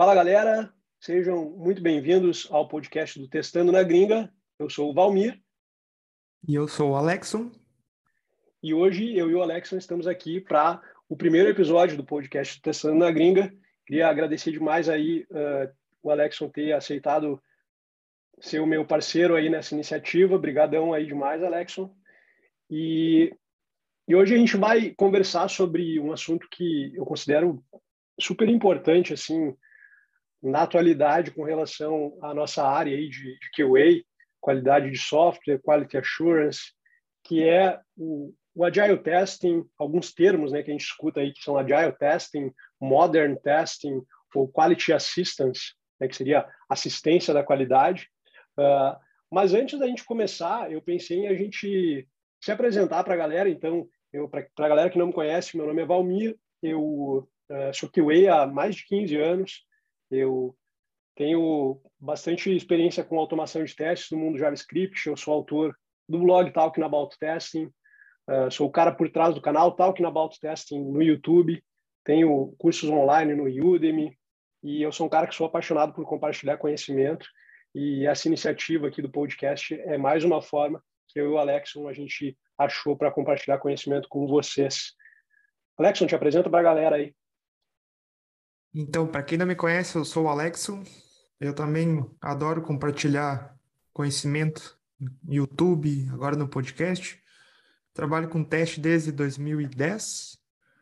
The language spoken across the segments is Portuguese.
Fala, galera. Sejam muito bem-vindos ao podcast do Testando na Gringa. Eu sou o Valmir. E eu sou o Alexson. E hoje eu e o Alexson estamos aqui para o primeiro episódio do podcast do Testando na Gringa. Queria agradecer demais aí o Alexson ter aceitado ser o meu parceiro aí nessa iniciativa. Obrigadão aí demais, Alexson. E hoje a gente vai conversar sobre um assunto que eu considero super importante, assim, na atualidade com relação à nossa área aí de QA, qualidade de software, quality assurance, que é o agile testing, alguns termos, né, que a gente escuta aí que são agile testing, modern testing ou quality assistance, né, que seria assistência da qualidade. Mas antes da gente começar, eu pensei em a gente se apresentar para a galera. Então, para a galera que não me conhece, meu nome é Valmir, eu sou QA há mais de 15 anos. Eu tenho bastante experiência com automação de testes no mundo JavaScript. Eu sou autor do blog Talking About Testing. Sou o cara por trás do canal Talking About Testing no YouTube. Tenho cursos online no Udemy. E eu sou um cara que sou apaixonado por compartilhar conhecimento. E essa iniciativa aqui do podcast é mais uma forma que eu e o Alexson a gente achou para compartilhar conhecimento com vocês. Alexson, te apresenta para a galera aí. Então, para quem não me conhece, eu sou o Alexson. Eu também adoro compartilhar conhecimento no YouTube, agora no podcast. Trabalho com teste desde 2010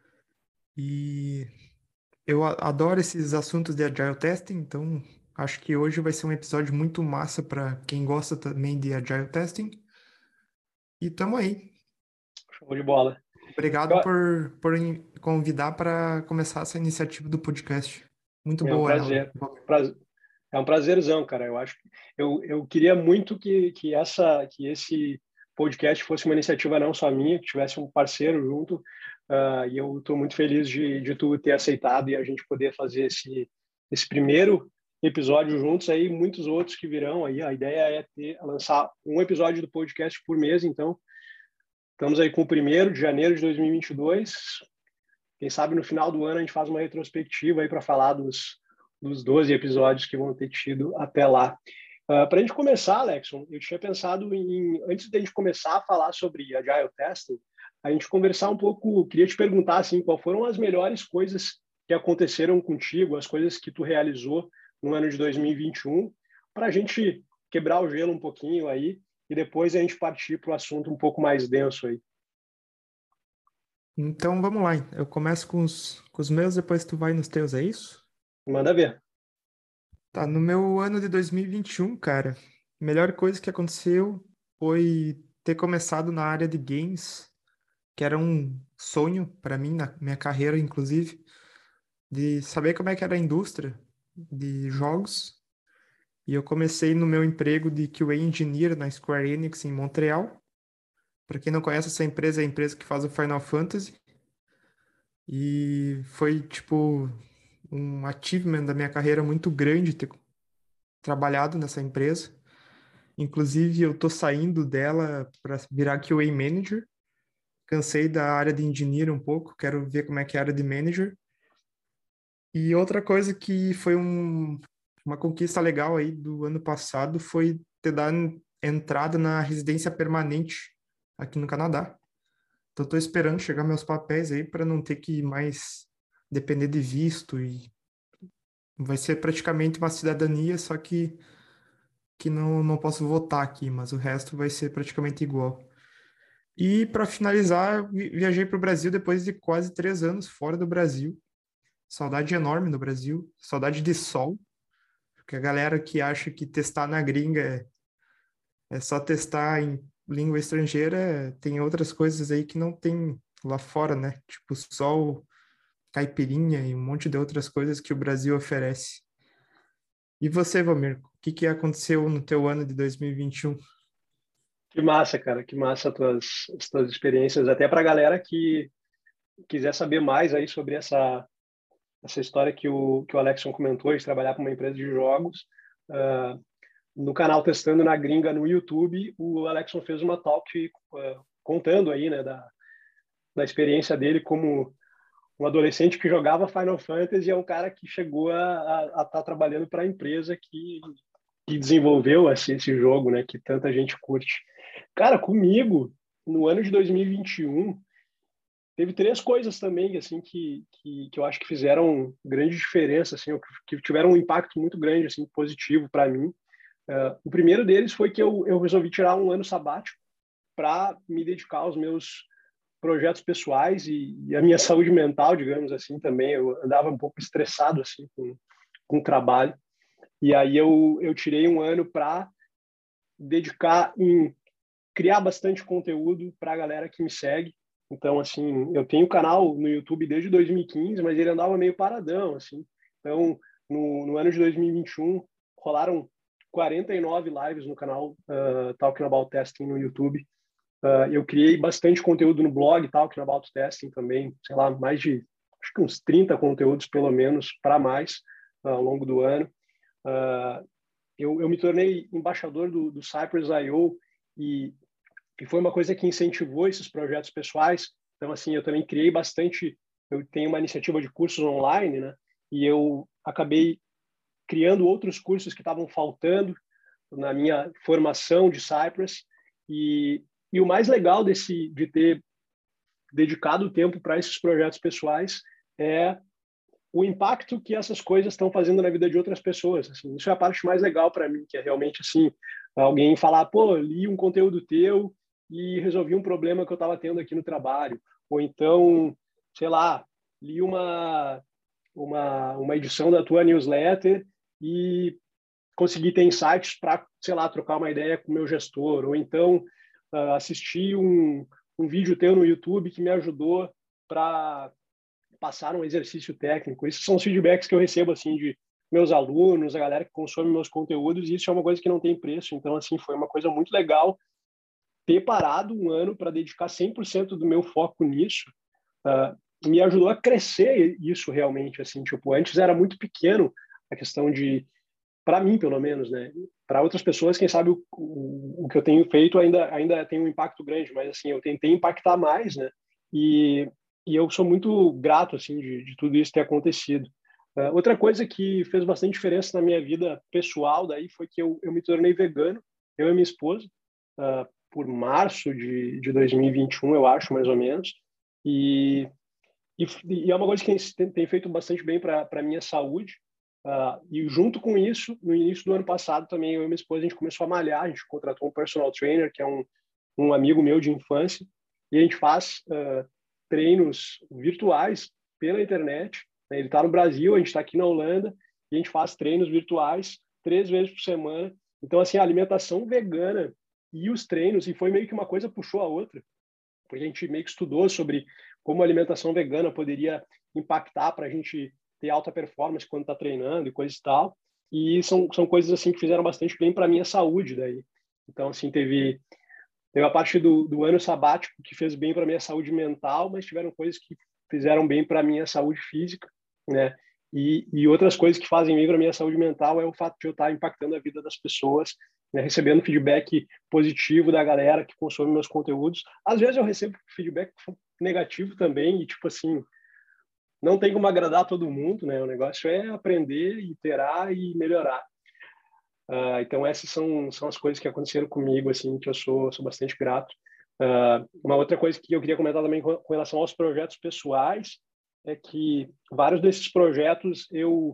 e eu adoro esses assuntos de Agile Testing, então acho que hoje vai ser um episódio muito massa para quem gosta também de Agile Testing. E tamo aí. Show de bola. Obrigado por convidar para começar essa iniciativa do podcast. Muito É um boa ela. prazer. É um prazerzão, cara. Eu acho que eu queria muito que esse podcast fosse uma iniciativa não só minha, que tivesse um parceiro junto. E eu estou muito feliz de tu ter aceitado e a gente poder fazer esse primeiro episódio juntos aí, muitos outros que virão aí. A ideia é lançar um episódio do podcast por mês, então estamos aí com o primeiro de janeiro de 2022. Quem sabe no final do ano a gente faz uma retrospectiva aí para falar dos 12 episódios que vão ter tido até lá. Para a gente começar, Alexson, eu tinha pensado antes da gente começar a falar sobre Agile Testing, a gente conversar um pouco, queria te perguntar assim, qual foram as melhores coisas que aconteceram contigo, as coisas que tu realizou no ano de 2021, para a gente quebrar o gelo um pouquinho aí e depois a gente partir para o assunto um pouco mais denso aí. Então vamos lá. Eu começo com os meus, depois tu vai nos teus, é isso? Manda ver. Tá, no meu ano de 2021, cara, a melhor coisa que aconteceu foi ter começado na área de games, que era um sonho para mim, na minha carreira, inclusive, de saber como é que era a indústria de jogos. E eu comecei no meu emprego de QA Engineer na Square Enix em Montreal. Para quem não conhece, essa empresa é a empresa que faz o Final Fantasy. E foi, tipo, um achievement da minha carreira muito grande ter trabalhado nessa empresa. Inclusive, eu tô saindo dela para virar QA Manager. Cansei da área de engineer um pouco, quero ver como é que é a área de manager. E outra coisa que foi uma conquista legal aí do ano passado foi ter dado entrada na residência permanente aqui no Canadá. Então, estou esperando chegar meus papéis aí para não ter que mais depender de visto e vai ser praticamente uma cidadania, só que não posso votar aqui, mas o resto vai ser praticamente igual. E para finalizar, eu viajei para o Brasil depois de quase 3 anos fora do Brasil. Saudade enorme do Brasil, saudade de sol, porque a galera que acha que testar na gringa é só testar em língua estrangeira, tem outras coisas aí que não tem lá fora, né? Tipo sol, caipirinha e um monte de outras coisas que o Brasil oferece. E você, Valmir, o que aconteceu no teu ano de 2021? Que massa, cara, que massa as tuas experiências. Até para a galera que quiser saber mais aí sobre essa história que o Alexson comentou, de trabalhar para uma empresa de jogos. Uh, no canal Testando na Gringa no YouTube, o Alexson fez uma talk contando aí, né, da experiência dele um adolescente que jogava Final Fantasy é um cara que chegou a estar trabalhando para a empresa que desenvolveu esse jogo, né? Que tanta gente curte. Cara, comigo, no ano de 2021, teve três coisas também, assim, que eu acho que fizeram grande diferença, assim, que tiveram um impacto muito grande, assim, positivo para mim. O primeiro deles foi que eu resolvi tirar um ano sabático para me dedicar aos meus projetos pessoais e a minha saúde mental, digamos assim, também. Eu andava um pouco estressado, assim, com o trabalho. E aí eu tirei um ano para dedicar em criar bastante conteúdo para a galera que me segue. Então, assim, eu tenho um canal no YouTube desde 2015, mas ele andava meio paradão, assim. Então, no ano de 2021, rolaram 49 lives no canal Talking About Testing no YouTube. Eu criei bastante conteúdo no blog Talking About Testing também, sei lá, mais de, acho que uns 30 conteúdos, pelo menos, para mais, ao longo do ano. Eu me tornei embaixador do Cypress.io e foi uma coisa que incentivou esses projetos pessoais. Então, assim, eu também criei bastante. Eu tenho uma iniciativa de cursos online, né? E eu acabei criando outros cursos que estavam faltando na minha formação de Cypress. E o mais legal de ter dedicado tempo para esses projetos pessoais é o impacto que essas coisas estão fazendo na vida de outras pessoas. Assim, isso é a parte mais legal para mim, que é realmente assim, alguém falar, pô, li um conteúdo teu e resolvi um problema que eu estava tendo aqui no trabalho. Ou então, sei lá, li uma edição da tua newsletter e consegui ter insights para, sei lá, trocar uma ideia com o meu gestor. Ou então, assisti um vídeo teu no YouTube que me ajudou para passar um exercício técnico. Esses são os feedbacks que eu recebo, assim, de meus alunos, a galera que consome meus conteúdos, e isso é uma coisa que não tem preço. Então, assim, foi uma coisa muito legal ter parado um ano para dedicar 100% do meu foco nisso. Me ajudou a crescer isso realmente, assim, tipo, antes era muito pequeno a questão de, para mim, pelo menos, né? Para outras pessoas, quem sabe o que eu tenho feito ainda tem um impacto grande, mas assim, eu tentei impactar mais, né? E, e eu sou muito grato assim de tudo isso ter acontecido. Outra coisa que fez bastante diferença na minha vida pessoal daí foi que eu me tornei vegano, eu e minha esposa, por março de 2021, eu acho, mais ou menos. E, e é uma coisa que tem feito bastante bem para a minha saúde. E junto com isso, no início do ano passado também, eu e minha esposa, a gente começou a malhar, a gente contratou um personal trainer, que é um amigo meu de infância, e a gente faz treinos virtuais pela internet, né? Ele está no Brasil, a gente está aqui na Holanda, e a gente faz treinos virtuais 3 vezes por semana. Então, assim, a alimentação vegana e os treinos, e foi meio que uma coisa puxou a outra, porque a gente meio que estudou sobre como a alimentação vegana poderia impactar para a gente ter alta performance quando está treinando e coisa e tal. E são coisas assim que fizeram bastante bem para a minha saúde daí. Então, assim, teve a parte do ano sabático que fez bem para a minha saúde mental, mas tiveram coisas que fizeram bem para a minha saúde física, né? E outras coisas que fazem bem para a minha saúde mental é o fato de eu estar impactando a vida das pessoas, né? Recebendo feedback positivo da galera que consome meus conteúdos. Às vezes eu recebo feedback negativo também, e tipo assim, não tem como agradar todo mundo, né? O negócio é aprender, iterar e melhorar. Então essas são as coisas que aconteceram comigo, assim, que eu sou bastante grato. Uma outra coisa que eu queria comentar também com relação aos projetos pessoais é que vários desses projetos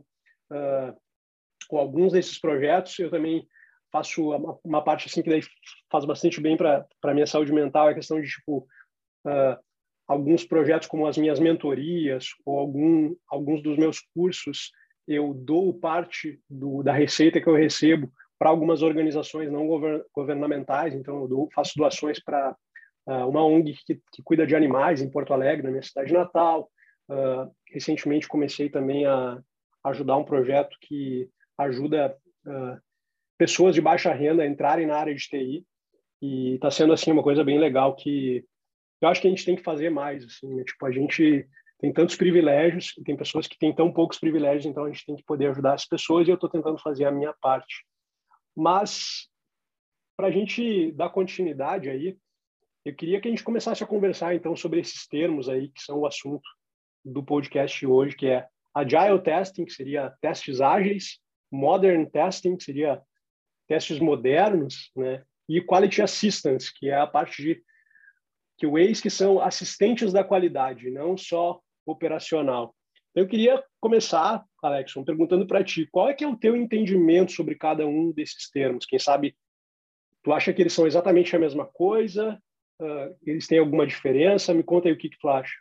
com alguns desses projetos eu também faço uma parte assim que daí faz bastante bem para a minha saúde mental, é a questão de tipo alguns projetos como as minhas mentorias ou alguns dos meus cursos, eu dou parte da receita que eu recebo para algumas organizações não governamentais. Então, faço doações para uma ONG que cuida de animais em Porto Alegre, na minha cidade natal. Recentemente comecei também a ajudar um projeto que ajuda pessoas de baixa renda a entrarem na área de TI. E está sendo assim uma coisa bem legal que eu acho que a gente tem que fazer mais, assim, né? Tipo, a gente tem tantos privilégios e tem pessoas que têm tão poucos privilégios, então a gente tem que poder ajudar as pessoas e eu estou tentando fazer a minha parte. Mas, para a gente dar continuidade aí, eu queria que a gente começasse a conversar, então, sobre esses termos aí, que são o assunto do podcast hoje, que é Agile Testing, que seria testes ágeis, Modern Testing, que seria testes modernos, né? E Quality Assistance, que é a parte de QAs, que são assistentes da qualidade, não só operacional. Eu queria começar, Alexson, perguntando para ti, qual é que é o teu entendimento sobre cada um desses termos? Quem sabe tu acha que eles são exatamente a mesma coisa? Eles têm alguma diferença? Me conta aí o que tu acha.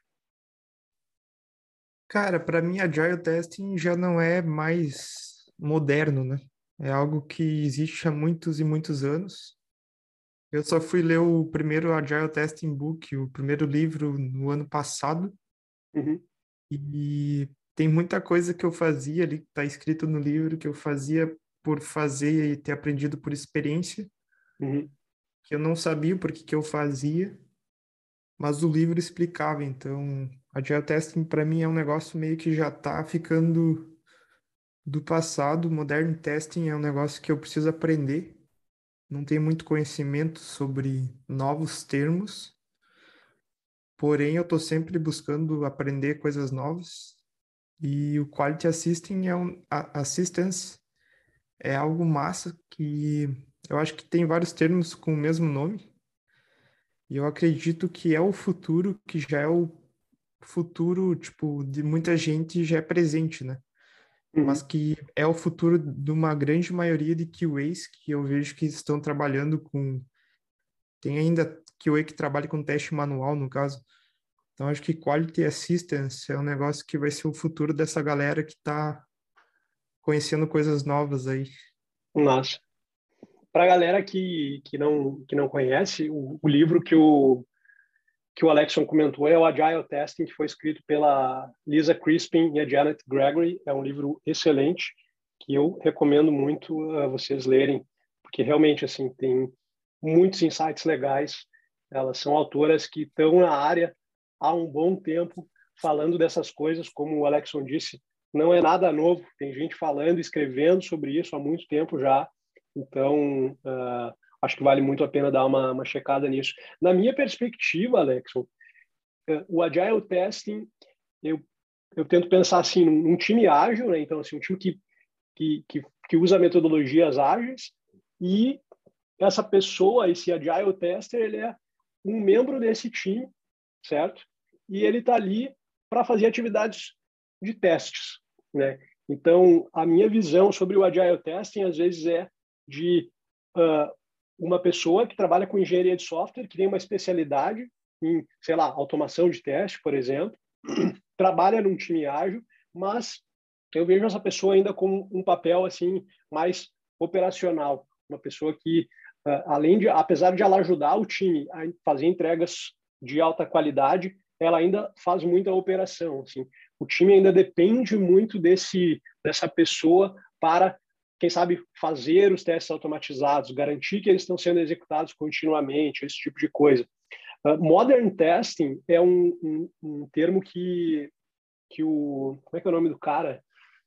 Cara, para mim, Agile Testing já não é mais moderno, né? É algo que existe há muitos e muitos anos. Eu só fui ler o primeiro Agile Testing Book, o primeiro livro, no ano passado, Uhum, e tem muita coisa que eu fazia ali, que está escrito no livro, que eu fazia por fazer e ter aprendido por experiência, uhum, que eu não sabia o porquê que eu fazia, mas o livro explicava. Então, Agile Testing para mim é um negócio meio que já está ficando do passado. Modern Testing é um negócio que eu preciso aprender. Não tenho muito conhecimento sobre novos termos, porém eu estou sempre buscando aprender coisas novas. E o Quality Assistance é algo massa que eu acho que tem vários termos com o mesmo nome. E eu acredito que é o futuro, que já é o futuro, tipo, de muita gente já é presente, né? Mas uhum. que é o futuro de uma grande maioria de QAs que eu vejo que estão trabalhando com. Tem ainda QA que trabalha com teste manual, no caso. Então, acho que Quality Assistance é um negócio que vai ser o futuro dessa galera que está conhecendo coisas novas aí. Nossa. Para a galera que não conhece, o livro que o Alexson comentou é o Agile Testing, que foi escrito pela Lisa Crispin e a Janet Gregory. É um livro excelente que eu recomendo muito a vocês lerem, porque realmente assim tem muitos insights legais. Elas são autoras que estão na área há um bom tempo falando dessas coisas, como o Alexson disse, não é nada novo. Tem gente falando, escrevendo sobre isso há muito tempo já. Então, acho que vale muito a pena dar uma checada nisso. Na minha perspectiva, Alexson, o Agile Testing, eu, eu tento pensar assim, num time ágil, né? Então, assim, um time que usa metodologias ágeis e essa pessoa, esse Agile Tester, ele é um membro desse time, certo? E ele está ali para fazer atividades de testes, né? Então, a minha visão sobre o Agile Testing, às vezes, é de uh, uma pessoa que trabalha com engenharia de software, que tem uma especialidade em, sei lá, automação de teste, por exemplo, trabalha num time ágil, mas eu vejo essa pessoa ainda com um papel assim mais operacional, uma pessoa que apesar de ela ajudar o time a fazer entregas de alta qualidade, ela ainda faz muita operação. Assim, o time ainda depende muito dessa pessoa para, quem sabe, fazer os testes automatizados, garantir que eles estão sendo executados continuamente, esse tipo de coisa. Modern Testing é um termo que como é que é o nome do cara?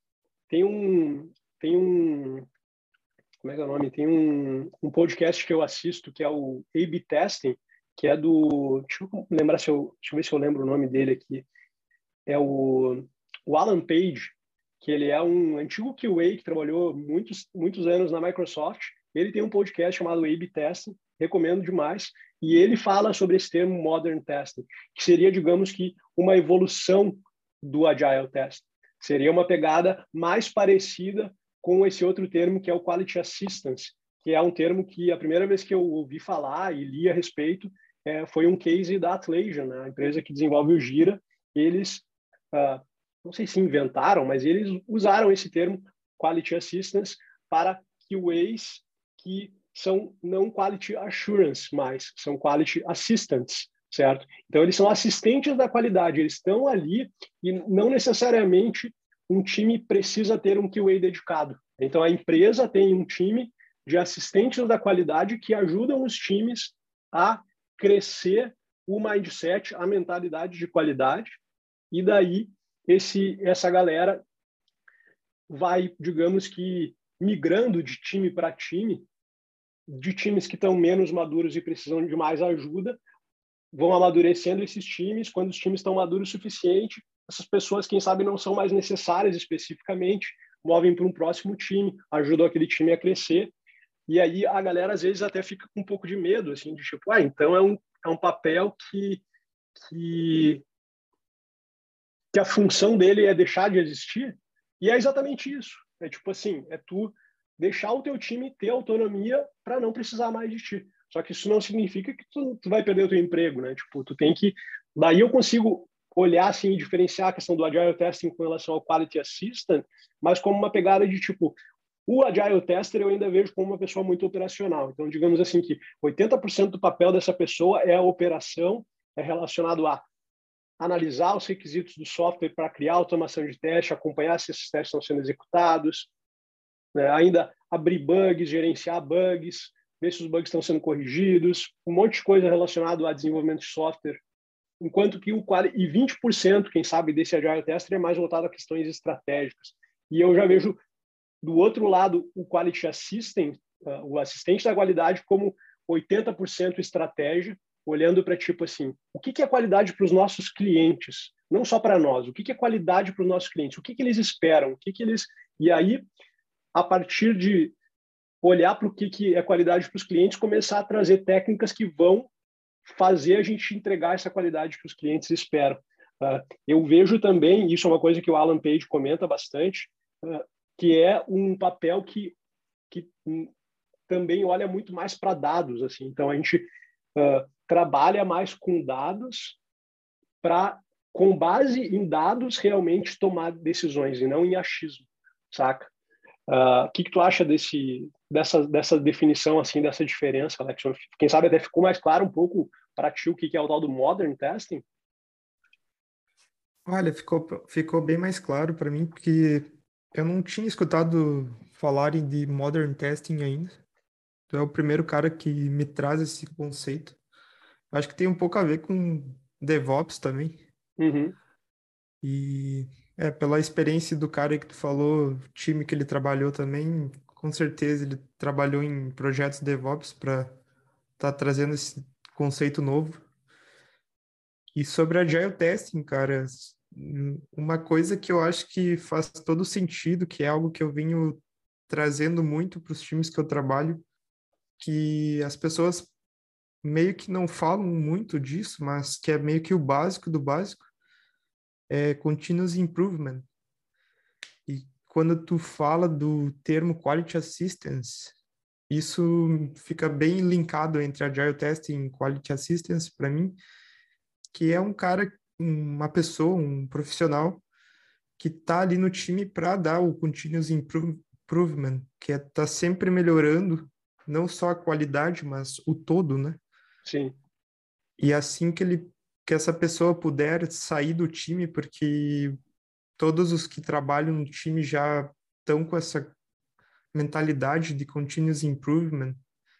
Tem um como é que é o nome? Tem um podcast que eu assisto que é o A/B Testing, que é do, deixa eu lembrar deixa eu ver se eu lembro o nome dele aqui. É o Alan Page, que ele é um antigo QA que trabalhou muitos anos na Microsoft. Ele tem um podcast chamado A/B Testing, recomendo demais, e ele fala sobre esse termo Modern Testing, que seria, digamos que, uma evolução do Agile Testing. Seria uma pegada mais parecida com esse outro termo que é o Quality Assistance, que é um termo que a primeira vez que eu ouvi falar e li a respeito foi um case da Atlassian, né? A empresa que desenvolve o Gira. Eles, não sei se inventaram, mas eles usaram esse termo Quality Assistance para QAs que são não Quality Assurance, mas são Quality Assistants, certo? Então, eles são assistentes da qualidade, eles estão ali e não necessariamente um time precisa ter um QA dedicado. Então, a empresa tem um time de assistentes da qualidade que ajudam os times a crescer o mindset, a mentalidade de qualidade, e daí essa galera vai, digamos que, migrando de time para time, de times que estão menos maduros e precisam de mais ajuda, vão amadurecendo esses times. Quando os times estão maduros o suficiente, essas pessoas, quem sabe, não são mais necessárias especificamente, movem para um próximo time, ajudam aquele time a crescer. E aí a galera, às vezes, até fica com um pouco de medo, assim, de tipo, então é um papel que a função dele é deixar de existir. E é exatamente isso. É tipo assim, é tu deixar o teu time ter autonomia para não precisar mais de ti. Só que isso não significa que tu vai perder o teu emprego, né? Tipo, tu tem que... Daí eu consigo olhar, assim, e diferenciar a questão do Agile Testing com relação ao Quality Assistant, mas como uma pegada de, tipo, o Agile Tester eu ainda vejo como uma pessoa muito operacional. Então, digamos assim que 80% do papel dessa pessoa é a operação, é relacionado a analisar os requisitos do software para criar automação de teste, acompanhar se esses testes estão sendo executados, né? Ainda abrir bugs, gerenciar bugs, ver se os bugs estão sendo corrigidos, um monte de coisa relacionada a desenvolvimento de software, enquanto que o 20%, quem sabe, desse Agile Tester é mais voltado a questões estratégicas. E eu já vejo, do outro lado, o Quality Assistant, o assistente da qualidade, como 80% estratégia, olhando para, tipo assim, o que é qualidade para os nossos clientes? Não só para nós, o que é qualidade para os nossos clientes? O que eles esperam? E aí, a partir de olhar para o que é qualidade para os clientes, começar a trazer técnicas que vão fazer a gente entregar essa qualidade que os clientes esperam. Eu vejo também, isso é uma coisa que o Alan Page comenta bastante, que é um papel que também olha muito mais para dados. Assim. Então, a gente trabalha mais com dados para, com base em dados, realmente tomar decisões e não em achismo, saca? O que tu acha dessa definição, assim, dessa diferença, Alex? Quem sabe até ficou mais claro um pouco para ti o que é o tal do Modern Testing? Olha, ficou bem mais claro para mim, porque eu não tinha escutado falarem de Modern Testing ainda. Tu é o primeiro cara que me traz esse conceito. Acho que tem um pouco a ver com DevOps também. Uhum. E pela experiência do cara que tu falou, o time que ele trabalhou também, com certeza ele trabalhou em projetos DevOps para estar trazendo esse conceito novo. E sobre Agile Testing, cara, uma coisa que eu acho que faz todo sentido, que é algo que eu venho trazendo muito para os times que eu trabalho, que as pessoas meio que não falam muito disso, mas que é meio que o básico do básico, é continuous improvement. E quando tu fala do termo quality assistance, isso fica bem linkado entre Agile Testing e Quality Assistance para mim, que é um cara, uma pessoa, um profissional que está ali no time para dar o continuous improvement, que é tá sempre melhorando não só a qualidade, mas o todo, né? Sim. E assim que essa pessoa puder sair do time, porque todos os que trabalham no time já estão com essa mentalidade de continuous improvement,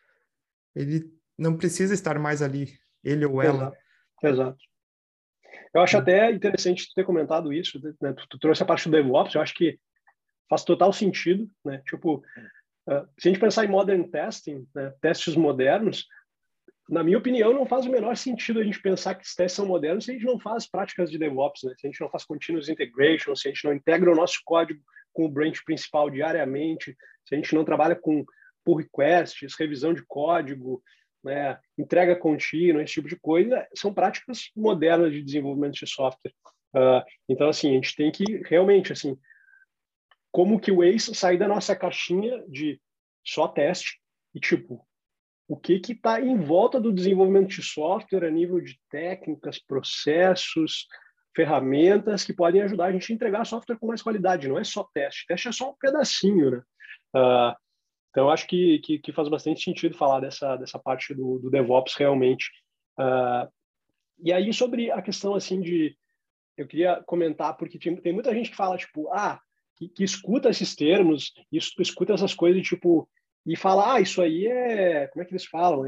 ele não precisa estar mais ali, ele ou ela. Exato. Exato. Eu acho E, até interessante tu ter comentado isso, né? Tu trouxe a parte do DevOps, eu acho que faz total sentido, né? Tipo, se a gente pensar em modern testing, né, testes modernos, na minha opinião, não faz o menor sentido a gente pensar que esses testes são modernos se a gente não faz práticas de DevOps, né? Se a gente não faz continuous integration, se a gente não integra o nosso código com o branch principal diariamente, se a gente não trabalha com pull requests, revisão de código, né, entrega contínua, esse tipo de coisa, são práticas modernas de desenvolvimento de software. Então, assim, a gente tem que realmente, assim, como que o Ace sair da nossa caixinha de só teste e, tipo, o que está em volta do desenvolvimento de software a nível de técnicas, processos, ferramentas que podem ajudar a gente a entregar software com mais qualidade. Não é só teste. Teste é só um pedacinho, né? Então, acho que faz bastante sentido falar dessa parte do DevOps realmente. E aí, sobre a questão assim de... Eu queria comentar, porque tem muita gente que fala, tipo, que escuta esses termos, escuta essas coisas, tipo, e fala, isso aí é... Como é que eles falam?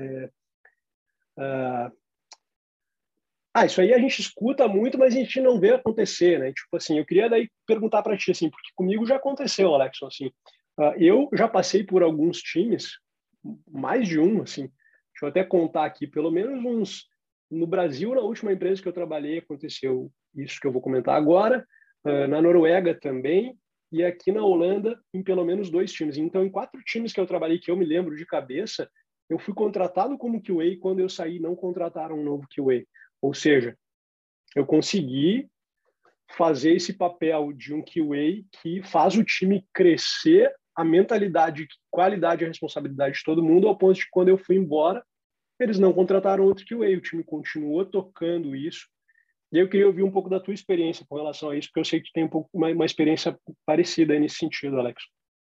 Isso aí a gente escuta muito, mas a gente não vê acontecer, né? Tipo assim, eu queria daí perguntar para ti, assim, porque comigo já aconteceu, Alexson, assim, eu já passei por alguns times, mais de um, assim, deixa eu até contar aqui, pelo menos no Brasil, na última empresa que eu trabalhei, aconteceu isso que eu vou comentar agora, na Noruega também, e aqui na Holanda, em pelo menos 2 times. Então, em 4 times que eu trabalhei, que eu me lembro de cabeça, eu fui contratado como QA, e quando eu saí, não contrataram um novo QA. Ou seja, eu consegui fazer esse papel de um QA que faz o time crescer, a mentalidade, qualidade e responsabilidade de todo mundo, ao ponto de que quando eu fui embora, eles não contrataram outro QA, o time continuou tocando isso. E eu queria ouvir um pouco da tua experiência com relação a isso, porque eu sei que tu tem um pouco uma experiência parecida aí nesse sentido, Alex.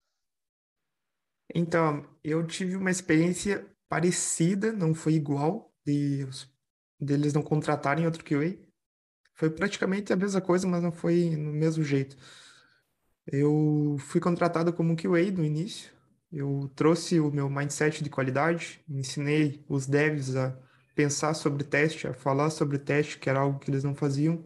Então, eu tive uma experiência parecida, não foi igual, deles não contratarem outro QA. Foi praticamente a mesma coisa, mas não foi no mesmo jeito. Eu fui contratado como QA no início. Eu trouxe o meu mindset de qualidade, ensinei os devs a pensar sobre teste, a falar sobre teste, que era algo que eles não faziam,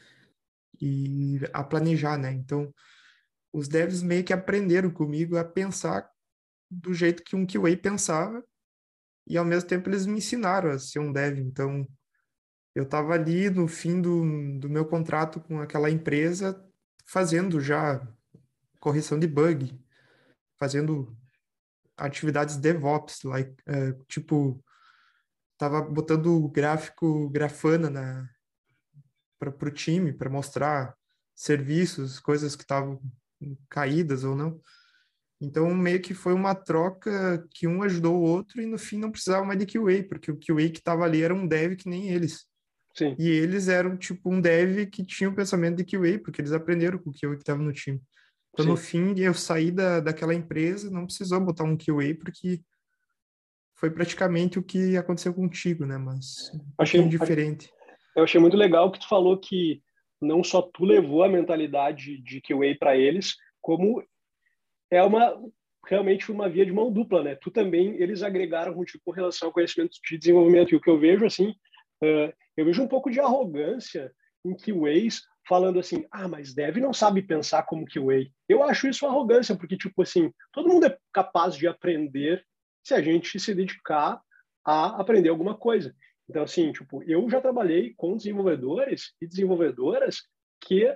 e a planejar, né? Então, os devs meio que aprenderam comigo a pensar do jeito que um QA pensava, e ao mesmo tempo eles me ensinaram a ser um dev. Então, eu estava ali no fim do meu contrato com aquela empresa, fazendo já correção de bug, fazendo atividades DevOps, tipo, tava botando o gráfico Grafana para o time, para mostrar serviços, coisas que estavam caídas ou não. Então, meio que foi uma troca que um ajudou o outro e no fim não precisava mais de QA, porque o QA que estava ali era um dev que nem eles. Sim, E eles eram tipo um dev que tinha o pensamento de QA, porque eles aprenderam com o QA que estava no time. Então, no sim. fim, eu saí daquela empresa, não precisou botar um QA, porque foi praticamente o que aconteceu contigo, né? Mas um Achei, pouquinho diferente. eu achei muito legal que tu falou que não só tu levou a mentalidade de QA para eles, como é realmente uma via de mão dupla, né? Tu também, eles agregaram contigo com relação ao conhecimento de desenvolvimento. E o que eu vejo, assim, eu vejo um pouco de arrogância em QAs falando assim, mas Dev não sabe pensar como QA. Eu acho isso arrogância, porque, tipo assim, todo mundo é capaz de aprender se a gente se dedicar a aprender alguma coisa. Então, assim, tipo, eu já trabalhei com desenvolvedores e desenvolvedoras que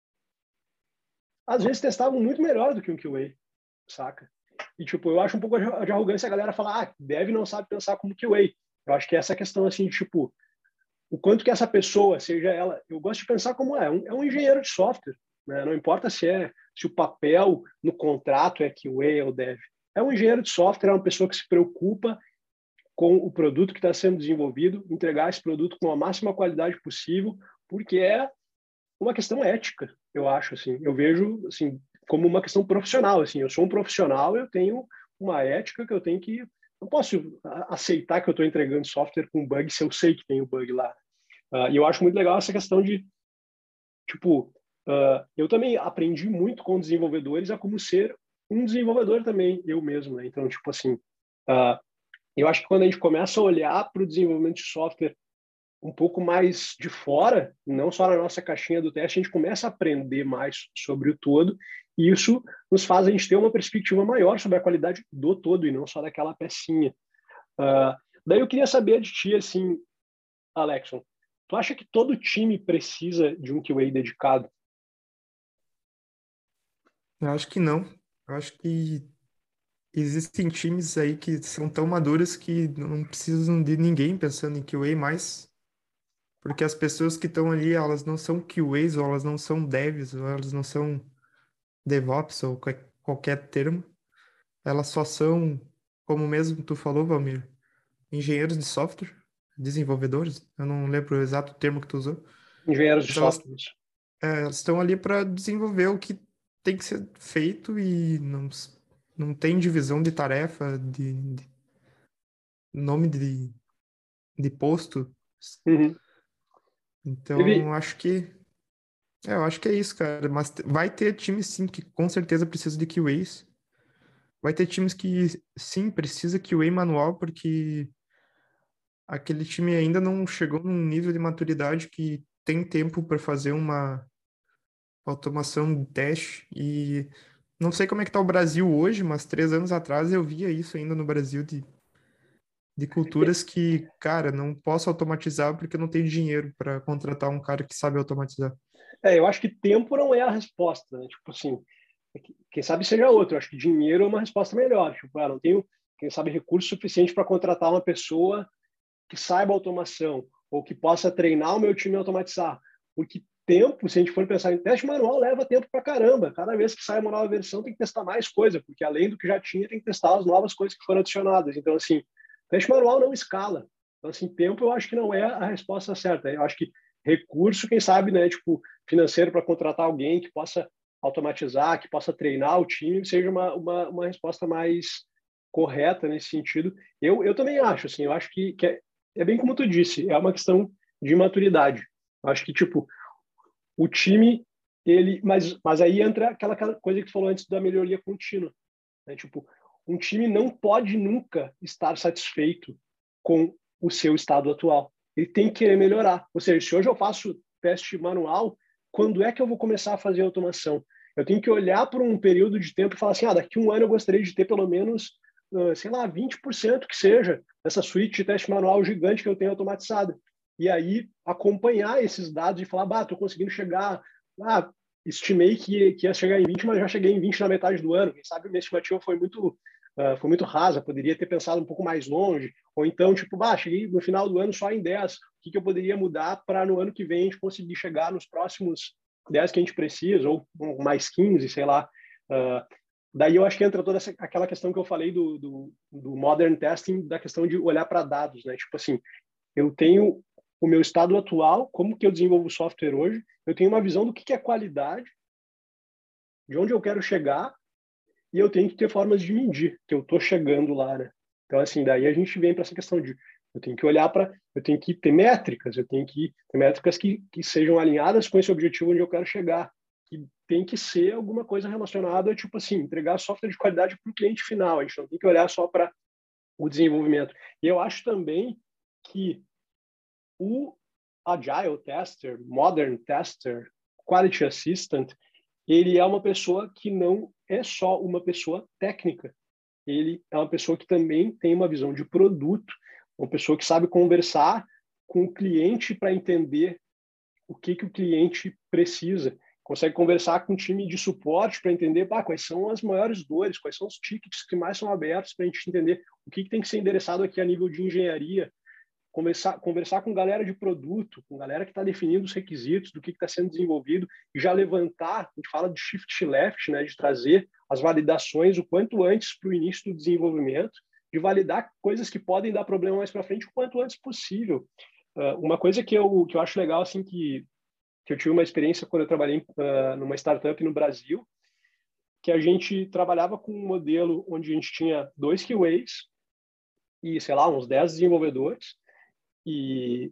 às vezes testavam muito melhor do que um QA, saca? E, tipo, eu acho um pouco de arrogância a galera falar, Dev não sabe pensar como QA. Eu acho que essa questão, assim, de, tipo, o quanto que essa pessoa, seja ela, eu gosto de pensar como é um engenheiro de software, né? Não importa se o papel no contrato é QA ou Dev. É um engenheiro de software, é uma pessoa que se preocupa com o produto que está sendo desenvolvido, entregar esse produto com a máxima qualidade possível, porque é uma questão ética, eu acho, assim. Eu vejo, assim, como uma questão profissional, assim. Eu sou um profissional, eu tenho uma ética que eu tenho que... Não posso aceitar que eu estou entregando software com bug se eu sei que tem o bug lá. E eu acho muito legal essa questão de, tipo, eu também aprendi muito com desenvolvedores a como ser um desenvolvedor também, eu mesmo, né? Então, tipo assim, eu acho que quando a gente começa a olhar para o desenvolvimento de software um pouco mais de fora, não só na nossa caixinha do teste, a gente começa a aprender mais sobre o todo, e isso nos faz a gente ter uma perspectiva maior sobre a qualidade do todo e não só daquela pecinha. Daí eu queria saber de ti, assim, Alexson, tu acha que todo time precisa de um QA dedicado? Eu acho que não. Eu acho que existem times aí que são tão maduros que não precisam de ninguém pensando em QA mais, porque as pessoas que estão ali, elas não são QAs, ou elas não são devs, ou elas não são DevOps, ou qualquer termo. Elas só são, como mesmo tu falou, Valmir, engenheiros de software, desenvolvedores. Eu não lembro o exato termo que tu usou. Engenheiros de Mas elas, software. elas estão ali para desenvolver o que tem que ser feito e não tem divisão de tarefa, de nome de posto. Uhum. Então, Teve, eu acho que é isso, cara. Mas vai ter times, sim, que com certeza precisam de QAs. Vai ter times que, sim, precisa QA manual, porque aquele time ainda não chegou num nível de maturidade que tem tempo para fazer uma automação de teste. E não sei como é que tá o Brasil hoje, mas 3 anos atrás eu via isso ainda no Brasil, de de culturas que, cara, não posso automatizar porque não tenho dinheiro para contratar um cara que sabe automatizar. Eu acho que tempo não é a resposta, né? Tipo assim, quem sabe seja outro. Eu acho que dinheiro é uma resposta melhor. Tipo, não tenho, quem sabe, recurso suficiente para contratar uma pessoa que saiba automação ou que possa treinar o meu time a automatizar. Porque tempo, se a gente for pensar em teste manual, leva tempo para caramba. Cada vez que sai uma nova versão, tem que testar mais coisa, porque além do que já tinha, tem que testar as novas coisas que foram adicionadas. Então, assim, teste manual não escala. Então, assim, tempo eu acho que não é a resposta certa. Eu acho que recurso, quem sabe, né, tipo, financeiro para contratar alguém que possa automatizar, que possa treinar o time, seja uma resposta mais correta nesse sentido. Eu também acho, assim, eu acho que é bem como tu disse, é uma questão de maturidade. Eu acho que, tipo, o time, mas aí entra aquela coisa que tu falou antes da melhoria contínua, né? Tipo, um time não pode nunca estar satisfeito com o seu estado atual. Ele tem que querer melhorar. Ou seja, se hoje eu faço teste manual, quando é que eu vou começar a fazer automação? Eu tenho que olhar por um período de tempo e falar assim, daqui a um ano eu gostaria de ter pelo menos, sei lá, 20% que seja dessa suíte de teste manual gigante que eu tenho automatizada. E aí acompanhar esses dados e falar, estou conseguindo chegar, estimei que ia chegar em 20, mas já cheguei em 20 na metade do ano. Quem sabe minha estimativa foi muito rasa, poderia ter pensado um pouco mais longe, ou então, tipo, cheguei no final do ano só em 10, o que eu poderia mudar para no ano que vem a gente conseguir chegar nos próximos 10 que a gente precisa, ou mais 15, sei lá. Daí eu acho que entra toda aquela questão que eu falei do modern testing, da questão de olhar para dados, né? Tipo assim, eu tenho o meu estado atual, como que eu desenvolvo software hoje, eu tenho uma visão do que é qualidade, de onde eu quero chegar, e eu tenho que ter formas de medir que eu estou chegando lá, né? Então, assim, daí a gente vem para essa questão de eu tenho que olhar para, eu tenho que ter métricas, eu tenho que ter métricas que sejam alinhadas com esse objetivo onde eu quero chegar, que tem que ser alguma coisa relacionada, tipo assim, entregar software de qualidade para o cliente final, a gente não tem que olhar só para o desenvolvimento. E eu acho também que o Agile Tester, Modern Tester, Quality Assistant, ele é uma pessoa que não é só uma pessoa técnica. Ele é uma pessoa que também tem uma visão de produto, uma pessoa que sabe conversar com o cliente para entender o que o cliente precisa. Consegue conversar com o time de suporte para entender quais são as maiores dores, quais são os tickets que mais são abertos para a gente entender o que tem que ser endereçado aqui a nível de engenharia, conversar com galera de produto, com galera que está definindo os requisitos do que está sendo desenvolvido e já levantar, a gente fala de shift left, né, de trazer as validações o quanto antes para o início do desenvolvimento, de validar coisas que podem dar problema mais para frente o quanto antes possível. Uma coisa que eu acho legal, assim, que eu tive uma experiência quando eu trabalhei numa startup no Brasil, que a gente trabalhava com um modelo onde a gente tinha 2 QAs e, sei lá, uns 10 desenvolvedores, e,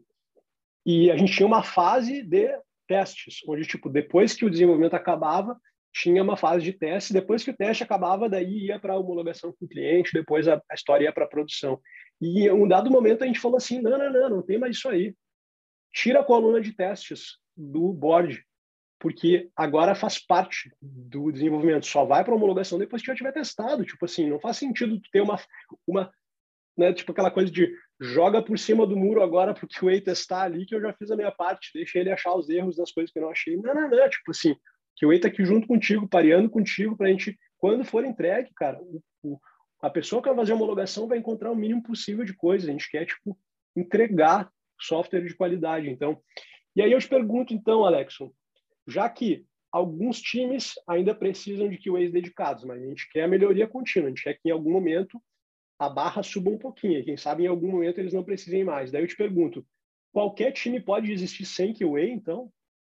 e a gente tinha uma fase de testes, onde, tipo, depois que o desenvolvimento acabava, tinha uma fase de teste, depois que o teste acabava, daí ia para a homologação com o cliente, depois a história ia para a produção. E em um dado momento a gente falou assim, não tem mais isso aí. Tira a coluna de testes do board, porque agora faz parte do desenvolvimento, só vai para homologação depois que já tiver testado. Tipo assim, não faz sentido ter uma né, tipo aquela coisa de joga por cima do muro agora porque o QA testar ali que eu já fiz a minha parte, deixa ele achar os erros das coisas que eu não achei. Não, tipo assim, que o QA tá aqui junto contigo, pareando contigo pra gente, quando for entregue, cara, a pessoa que vai fazer a homologação vai encontrar o mínimo possível de coisa. A gente quer, tipo, entregar software de qualidade. Então, e aí eu te pergunto, então, Alexson, já que alguns times ainda precisam de QAs dedicados, mas a gente quer a melhoria contínua, a gente quer que em algum momento a barra suba um pouquinho. Quem sabe em algum momento eles não precisem mais. Daí eu te pergunto, qualquer time pode existir sem QA, então?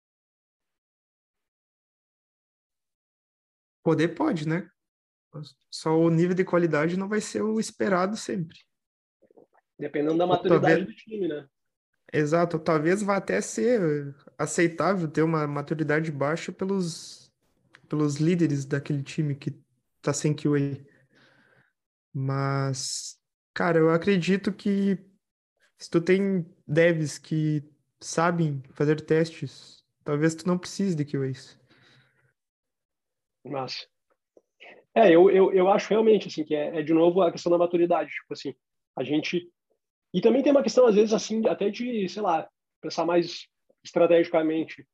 Poder pode, né? Só o nível de qualidade não vai ser o esperado sempre. Dependendo da Ou talvez, maturidade do time, né? exato, ou talvez vá até ser aceitável ter uma maturidade baixa pelos líderes daquele time que tá sem QA. Mas, cara, eu acredito que se tu tem devs que sabem fazer testes, talvez tu não precise de QAs. Mas, eu acho realmente, assim, que é de novo a questão da maturidade. Tipo assim, a gente E também tem uma questão, às vezes, assim, até de, sei lá, pensar mais estrategicamente.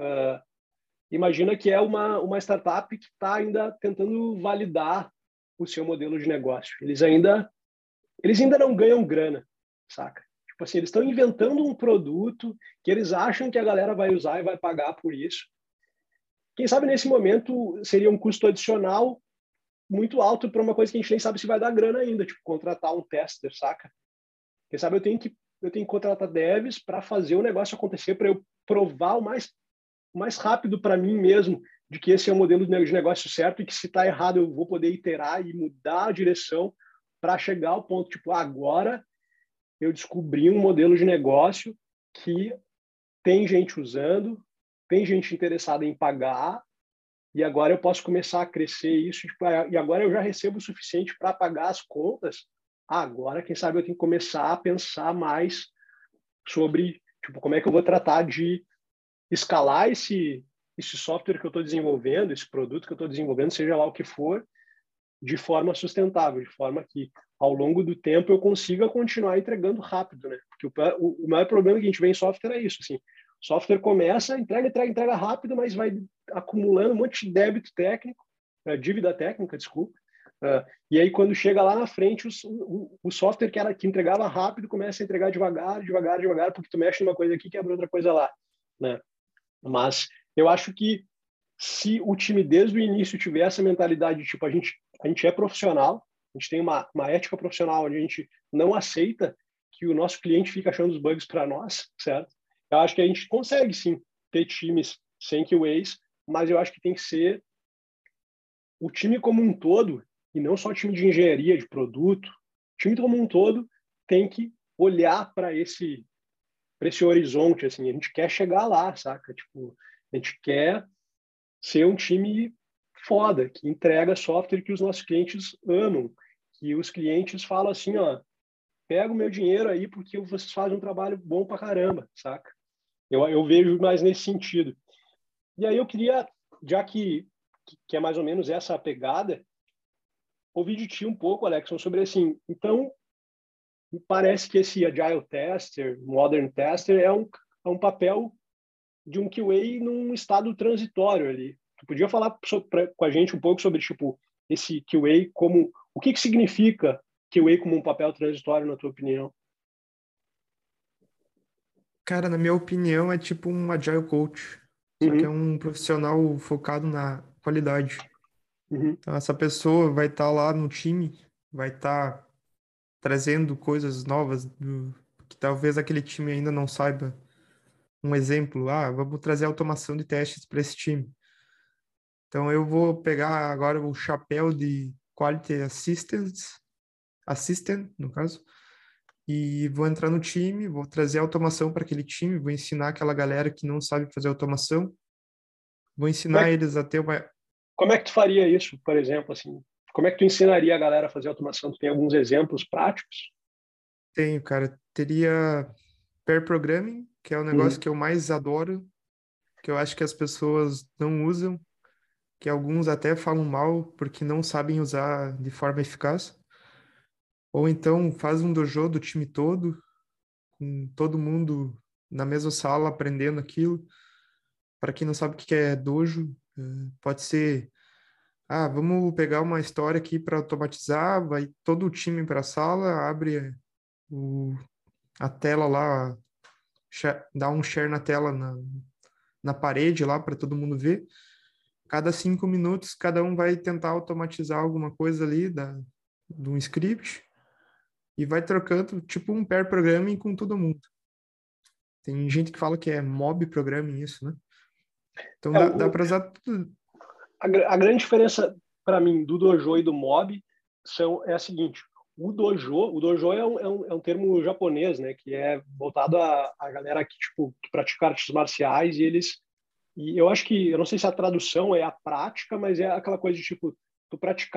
Imagina que é uma startup que está ainda tentando validar o seu modelo de negócio. Eles ainda não ganham grana, saca? Tipo assim, eles estão inventando um produto que eles acham que a galera vai usar e vai pagar por isso. Quem sabe nesse momento seria um custo adicional muito alto para uma coisa que a gente nem sabe se vai dar grana ainda, tipo contratar um tester, saca? Quem sabe eu tenho que contratar devs para fazer o negócio acontecer, para eu provar o mais rápido para mim mesmo de que esse é o modelo de negócio certo e que se está errado eu vou poder iterar e mudar a direção para chegar ao ponto, tipo, agora eu descobri um modelo de negócio que tem gente usando, tem gente interessada em pagar, e agora eu posso começar a crescer isso, tipo, e agora eu já recebo o suficiente para pagar as contas. Agora, quem sabe eu tenho que começar a pensar mais sobre, tipo, como é que eu vou tratar de escalar esse software que eu estou desenvolvendo, esse produto que eu estou desenvolvendo, seja lá o que for, de forma sustentável, de forma que ao longo do tempo eu consiga continuar entregando rápido, né? Porque o maior problema que a gente vê em software é isso, assim, o software começa, entrega rápido, mas vai acumulando um monte de débito técnico, dívida técnica, desculpa, e aí quando chega lá na frente, o software que entregava rápido começa a entregar devagar, porque tu mexe numa coisa aqui e quebra outra coisa lá, né? Mas eu acho que se o time desde o início tiver essa mentalidade de tipo, a gente é profissional, a gente tem uma ética profissional onde a gente não aceita que o nosso cliente fique achando os bugs para nós, certo? Eu acho que a gente consegue sim ter times sem QAs, mas eu acho que tem que ser o time como um todo, e não só o time de engenharia, de produto, o time como um todo tem que olhar para esse horizonte, assim, a gente quer chegar lá, saca? Tipo, a gente quer ser um time foda, que entrega software que os nossos clientes amam, que os clientes falam assim, ó, pega o meu dinheiro aí porque vocês fazem um trabalho bom pra caramba, saca? Eu vejo mais nesse sentido. E aí eu queria, já que é mais ou menos essa a pegada, ouvir de ti um pouco, Alexson, sobre assim, então, parece que esse Agile Tester, Modern Tester, é um papel de um QA num estado transitório ali. Tu podia falar com a gente um pouco sobre tipo esse QA como o que significa QA como um papel transitório na tua opinião? Cara, na minha opinião, é tipo um Agile Coach, só que é Uhum, um profissional focado na qualidade. uhum, Então, essa pessoa vai estar lá no time, vai estar trazendo coisas novas que talvez aquele time ainda não saiba. Um exemplo, vamos trazer automação de testes para esse time. Então, eu vou pegar agora o chapéu de Quality Assistant, no caso, e vou entrar no time, vou trazer automação para aquele time, vou ensinar aquela galera que não sabe fazer automação, vou Como é ensinar que, eles a ter uma. como é que tu faria isso, por exemplo, assim? Como é que tu ensinaria a galera a fazer automação? Tu tem alguns exemplos práticos? Tenho, cara, teria pair programming, que é o negócio Uhum. que eu mais adoro, que eu acho que as pessoas não usam, que alguns até falam mal porque não sabem usar de forma eficaz. Ou então faz um dojo do time todo, com todo mundo na mesma sala aprendendo aquilo. Para quem não sabe o que é dojo, pode ser, vamos pegar uma história aqui para automatizar, vai todo o time para a sala, abre o, a tela lá, dá um share na tela na parede lá para todo mundo ver. Cada 5 minutos, cada um vai tentar automatizar alguma coisa ali de um script e vai trocando, tipo um pair programming com todo mundo. Tem gente que fala que é mob programming isso, né? Então É, dá para usar tudo. a grande diferença para mim do dojo e do mob é a seguinte: o dojo é um termo japonês, né, que é voltado à galera que pratica artes marciais e eu acho que eu não sei se a tradução é a prática, mas é aquela coisa de tipo tu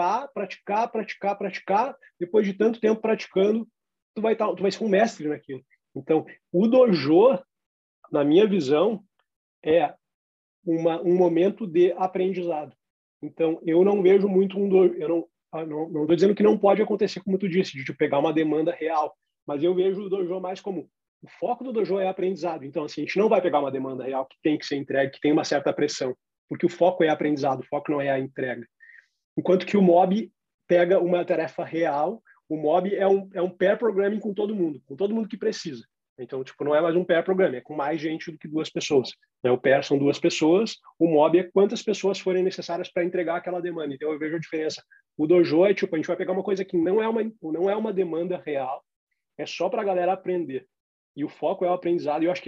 praticar, depois de tanto tempo praticando, tu vai ser um mestre naquilo. Então, o dojo, na minha visão, é um momento de aprendizado. Então, eu não vejo muito eu não estou dizendo que não pode acontecer, como tu disse, de pegar uma demanda real, mas eu vejo o dojo mais como o foco do dojo é aprendizado. Então, assim, a gente não vai pegar uma demanda real que tem que ser entregue, que tem uma certa pressão, porque o foco é aprendizado, o foco não é a entrega. Enquanto que o mob pega uma tarefa real, o mob é um pair programming com todo mundo que precisa. Então, tipo, não é mais um pair programming, é com mais gente do que duas pessoas. O pair são duas pessoas, o mob é quantas pessoas forem necessárias para entregar aquela demanda. Então, eu vejo a diferença. O dojo é, tipo, a gente vai pegar uma coisa que não é uma demanda real, é só para a galera aprender. E o foco é o aprendizado, e eu acho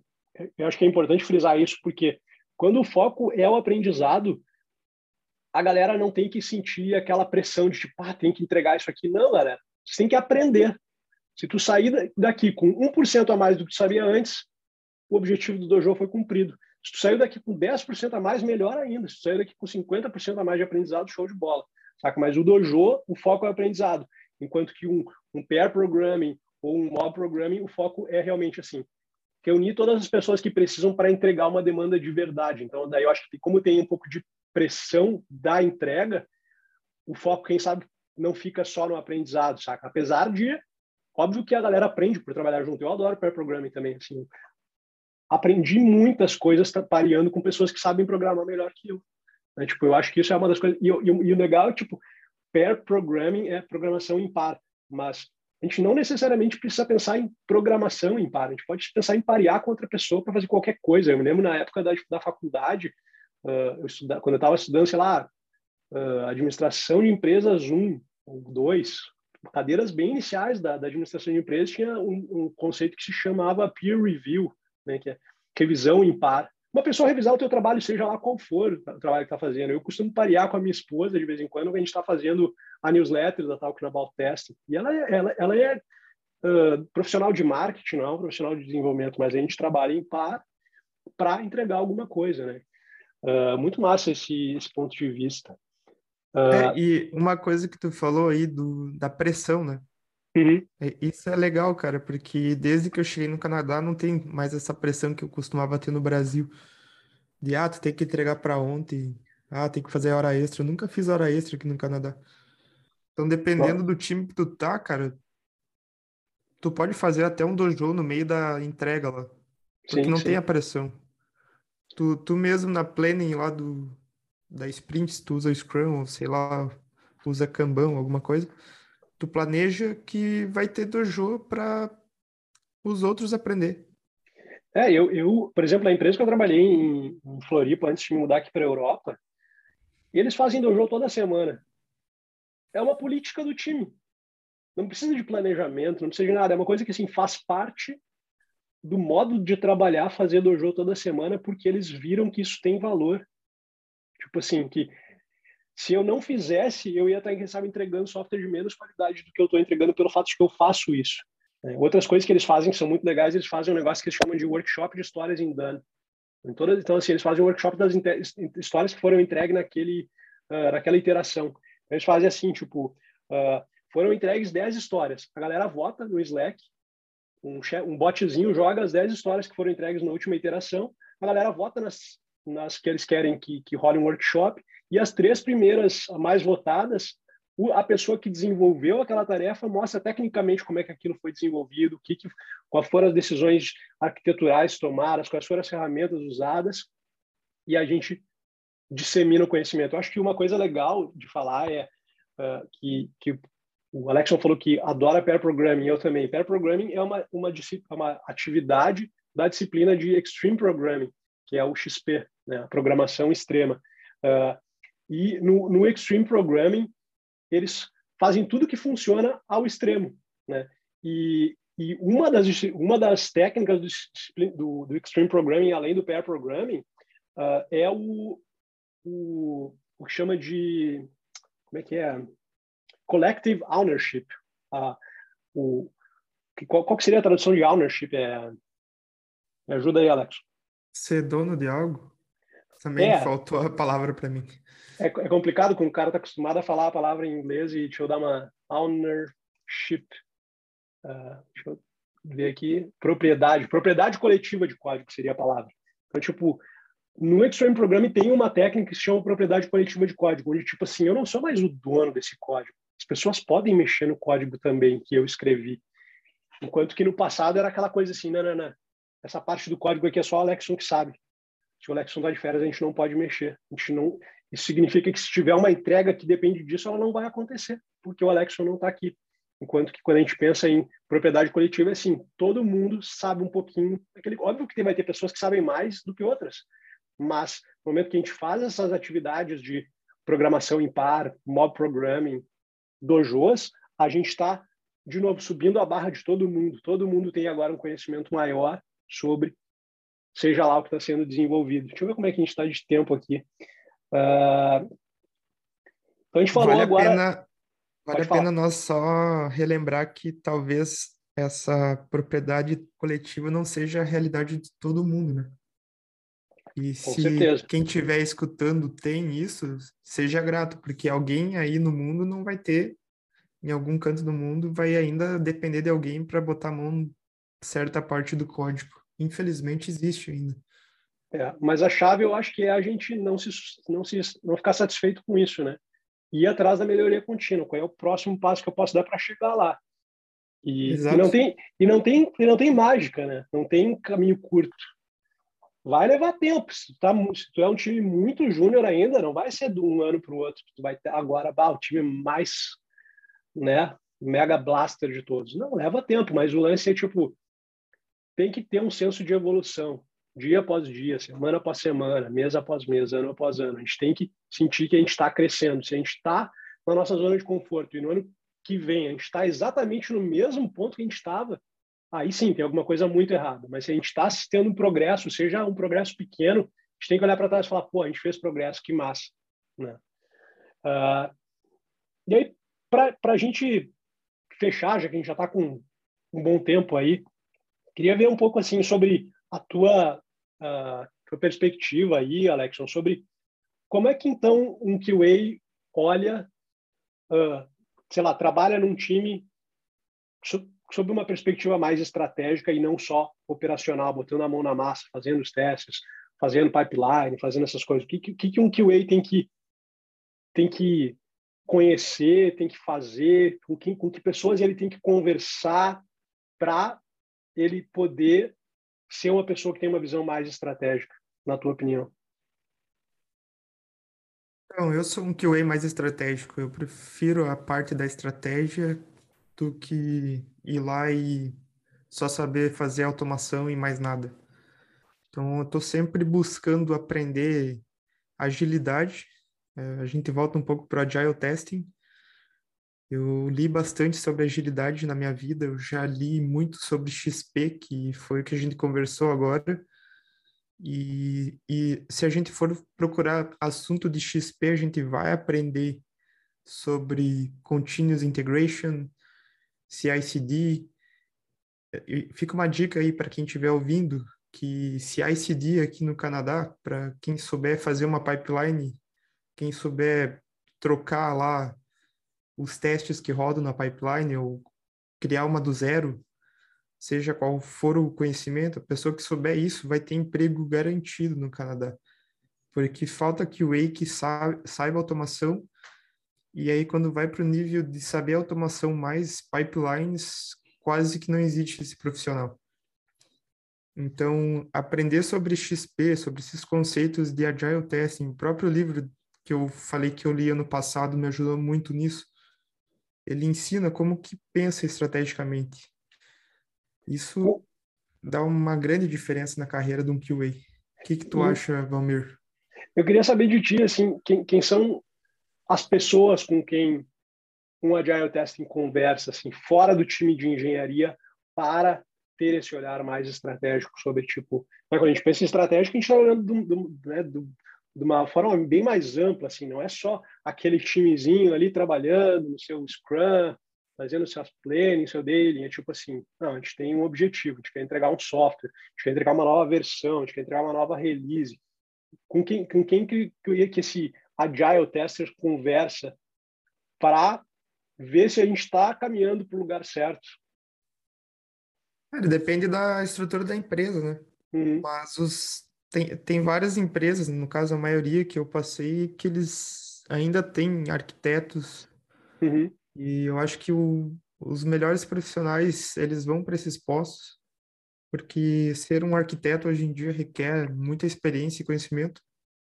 que é importante frisar isso, porque quando o foco é o aprendizado, a galera não tem que sentir aquela pressão de, tipo, tem que entregar isso aqui. Não, galera, você tem que aprender. Se tu sair daqui com 1% a mais do que tu sabia antes, o objetivo do dojo foi cumprido. Se tu saiu daqui com 10% a mais, melhor ainda. Se tu saiu daqui com 50% a mais de aprendizado, show de bola. Saca? Mas o dojo, o foco é o aprendizado. Enquanto que um pair programming ou um mob programming, o foco é realmente assim, reunir todas as pessoas que precisam para entregar uma demanda de verdade. Então, daí eu acho que como tem um pouco de pressão da entrega, o foco, quem sabe, não fica só no aprendizado, saca? Apesar de, óbvio que a galera aprende por trabalhar junto. Eu adoro pair programming também, assim. Aprendi muitas coisas pareando com pessoas que sabem programar melhor que eu. Né? Tipo, eu acho que isso é uma das coisas... E o legal é, tipo, pair programming é programação em par, mas a gente não necessariamente precisa pensar em programação em par, a gente pode pensar em parear com outra pessoa para fazer qualquer coisa. Eu me lembro na época da faculdade, quando eu estava estudando, sei lá, administração de empresas 1 ou 2, cadeiras bem iniciais da administração de empresas, tinha um conceito que se chamava peer review, né, que é revisão em par. Uma pessoa revisar o teu trabalho, seja lá qual for o trabalho que está fazendo. Eu costumo parear com a minha esposa de vez em quando, a gente está fazendo a newsletter da Talking About Testing. E ela é profissional de marketing, não é um profissional de desenvolvimento, mas a gente trabalha em par para entregar alguma coisa, né? Muito massa esse ponto de vista. E uma coisa que tu falou aí da pressão, né? Uhum. Isso é legal, cara, porque desde que eu cheguei no Canadá não tem mais essa pressão que eu costumava ter no Brasil. De, tu tem que entregar pra ontem. Tem que fazer hora extra. Eu nunca fiz hora extra aqui no Canadá. Então, dependendo do time que tu tá, cara, tu pode fazer até um dojo no meio da entrega lá. Porque Sim, não tem sim. a pressão. Tu mesmo na planning lá da sprint, se tu usa Scrum, ou sei lá, usa Kanban, alguma coisa, tu planeja que vai ter dojo para os outros aprender. Por exemplo, na empresa que eu trabalhei em Floripa, antes de me mudar aqui para a Europa, eles fazem dojo toda semana. É uma política do time. Não precisa de planejamento, não precisa de nada. É uma coisa que assim, faz parte do modo de trabalhar, fazer dojo toda semana, porque eles viram que isso tem valor. Tipo assim, que se eu não fizesse, eu ia estar, quem sabe, entregando software de menos qualidade do que eu estou entregando pelo fato de que eu faço isso. Outras coisas que eles fazem que são muito legais, eles fazem um negócio que eles chamam de workshop de histórias em done. Então, assim, eles fazem um workshop das histórias que foram entregues naquela iteração. Eles fazem assim, tipo, foram entregues 10 histórias. A galera vota no Slack, um botzinho joga as 10 histórias que foram entregues na última iteração, a galera vota nas que eles querem que role um workshop, e as 3 primeiras mais votadas, a pessoa que desenvolveu aquela tarefa mostra tecnicamente como é que aquilo foi desenvolvido, quais foram as decisões arquiteturais tomadas, quais foram as ferramentas usadas, e a gente dissemina o conhecimento. Eu acho que uma coisa legal de falar é que o Alexson falou que adora pair programming, eu também. Pair programming é uma atividade da disciplina de Extreme Programming, que é o XP, né, a programação extrema. E no Extreme Programming, eles fazem tudo que funciona ao extremo, né? E uma das técnicas do Extreme Programming, além do pair programming, é o que chama de... Como é que é? Collective ownership. Qual que seria a tradução de ownership? Me ajuda aí, Alex. Ser dono de algo, também É, faltou a palavra para mim. é complicado quando o cara está acostumado a falar a palavra em inglês e deixa eu dar uma ownership. Deixa eu ver aqui. Propriedade coletiva de código seria a palavra. Então, tipo, no Extreme Programming tem uma técnica que se chama propriedade coletiva de código, onde, tipo assim, eu não sou mais o dono desse código. As pessoas podem mexer no código também que eu escrevi. Enquanto que no passado era aquela coisa assim, não. Essa parte do código aqui é só o Alexson que sabe. Se o Alexson está de férias, a gente não pode mexer. A gente não... Isso significa que se tiver uma entrega que depende disso, ela não vai acontecer, porque o Alexson não está aqui. Enquanto que quando a gente pensa em propriedade coletiva, é assim, todo mundo sabe um pouquinho. Óbvio que vai ter pessoas que sabem mais do que outras, mas no momento que a gente faz essas atividades de programação em par, mob programming, dojos, a gente está, de novo, subindo a barra de todo mundo. Todo mundo tem agora um conhecimento maior sobre, seja lá o que está sendo desenvolvido. Deixa eu ver como é que a gente está de tempo aqui. Então a gente falou Vale a agora... pena, vale Pode a pena falar. nós só relembrar que talvez essa propriedade coletiva não seja a realidade de todo mundo, né? E Com se certeza. quem estiver escutando tem isso, seja grato, porque alguém aí no mundo não vai ter, em algum canto do mundo, vai ainda depender de alguém para botar a mão em certa parte do código. Infelizmente existe ainda. Mas a chave eu acho que é a gente não ficar satisfeito com isso, né? Ir atrás da melhoria contínua. Qual é o próximo passo que eu posso dar para chegar lá? E não Exato. tem não tem mágica, né? Não tem caminho curto. Vai levar tempo. Se tu é um time muito júnior ainda, não vai ser de um ano para o outro. Tu vai ter agora o time mais, né, mega blaster de todos. Não, leva tempo, mas o lance é tipo, tem que ter um senso de evolução, dia após dia, semana após semana, mês após mês, ano após ano. A gente tem que sentir que a gente está crescendo. Se a gente está na nossa zona de conforto e no ano que vem a gente está exatamente no mesmo ponto que a gente estava, aí sim tem alguma coisa muito errada. Mas se a gente está tendo um progresso, seja um progresso pequeno, a gente tem que olhar para trás e falar, pô, a gente fez progresso, que massa. Né? Uh, e aí, para a gente fechar, já que a gente já está com um bom tempo aí, queria ver um pouco assim sobre a tua perspectiva aí, Alexson, sobre como é que então um QA olha, sei lá, trabalha num time sob uma perspectiva mais estratégica e não só operacional, botando a mão na massa, fazendo os testes, fazendo pipeline, fazendo essas coisas. O que um QA tem que conhecer, tem que fazer, com que pessoas ele tem que conversar para ele poder ser uma pessoa que tem uma visão mais estratégica, na tua opinião? Então, eu sou um QA mais estratégico. Eu prefiro a parte da estratégia do que ir lá e só saber fazer automação e mais nada. Então, eu estou sempre buscando aprender agilidade. A gente volta um pouco para o Agile Testing. Eu li bastante sobre agilidade na minha vida. Eu já li muito sobre XP, que foi o que a gente conversou agora. E se a gente for procurar assunto de XP, a gente vai aprender sobre Continuous Integration, CI/CD. E fica uma dica aí para quem estiver ouvindo, que CI/CD aqui no Canadá, para quem souber fazer uma pipeline, quem souber trocar lá os testes que rodam na pipeline ou criar uma do zero, seja qual for o conhecimento, a pessoa que souber isso vai ter emprego garantido no Canadá. Porque falta QA que saiba automação, e aí quando vai para o nível de saber automação mais pipelines, quase que não existe esse profissional. Então, aprender sobre XP, sobre esses conceitos de Agile Testing, o próprio livro que eu falei que eu li ano passado me ajudou muito nisso. Ele ensina como que pensa estrategicamente. Isso dá uma grande diferença na carreira de um QA. O que tu acha, Valmir? Eu queria saber de ti, assim, quem são as pessoas com quem um Agile Testing conversa, assim, fora do time de engenharia, para ter esse olhar mais estratégico sobre, tipo, quando a gente pensa em estratégico, a gente está olhando de uma forma bem mais ampla, assim, não é só aquele timezinho ali trabalhando no seu Scrum, fazendo seus planning, seu daily, é tipo assim, não, a gente tem um objetivo, a gente quer entregar um software, a gente quer entregar uma nova versão, a gente quer entregar uma nova release. Com quem que esse Agile Tester conversa para ver se a gente está caminhando para o lugar certo? Cara, depende da estrutura da empresa, né? Uhum, Mas tem várias empresas, no caso a maioria que eu passei, que eles ainda têm arquitetos, uhum, e eu acho que os melhores profissionais, eles vão para esses postos, porque ser um arquiteto hoje em dia requer muita experiência e conhecimento.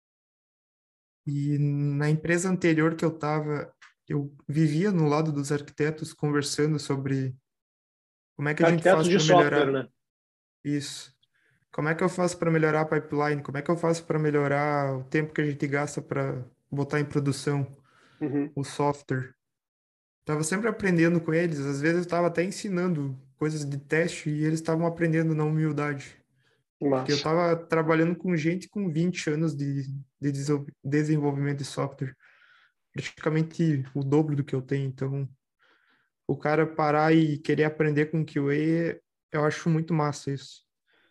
E na empresa anterior que eu estava, eu vivia no lado dos arquitetos conversando sobre como é que a gente Arquitetos faz de para software, melhorar né? isso. Como é que eu faço para melhorar a pipeline? Como é que eu faço para melhorar o tempo que a gente gasta para botar em produção Uhum. o software? Tava sempre aprendendo com eles. Às vezes eu estava até ensinando coisas de teste e eles estavam aprendendo na humildade. Porque eu Massa. estava trabalhando com gente com 20 anos de desenvolvimento de software. Praticamente o dobro do que eu tenho. Então, o cara parar e querer aprender com QA, eu acho muito massa isso.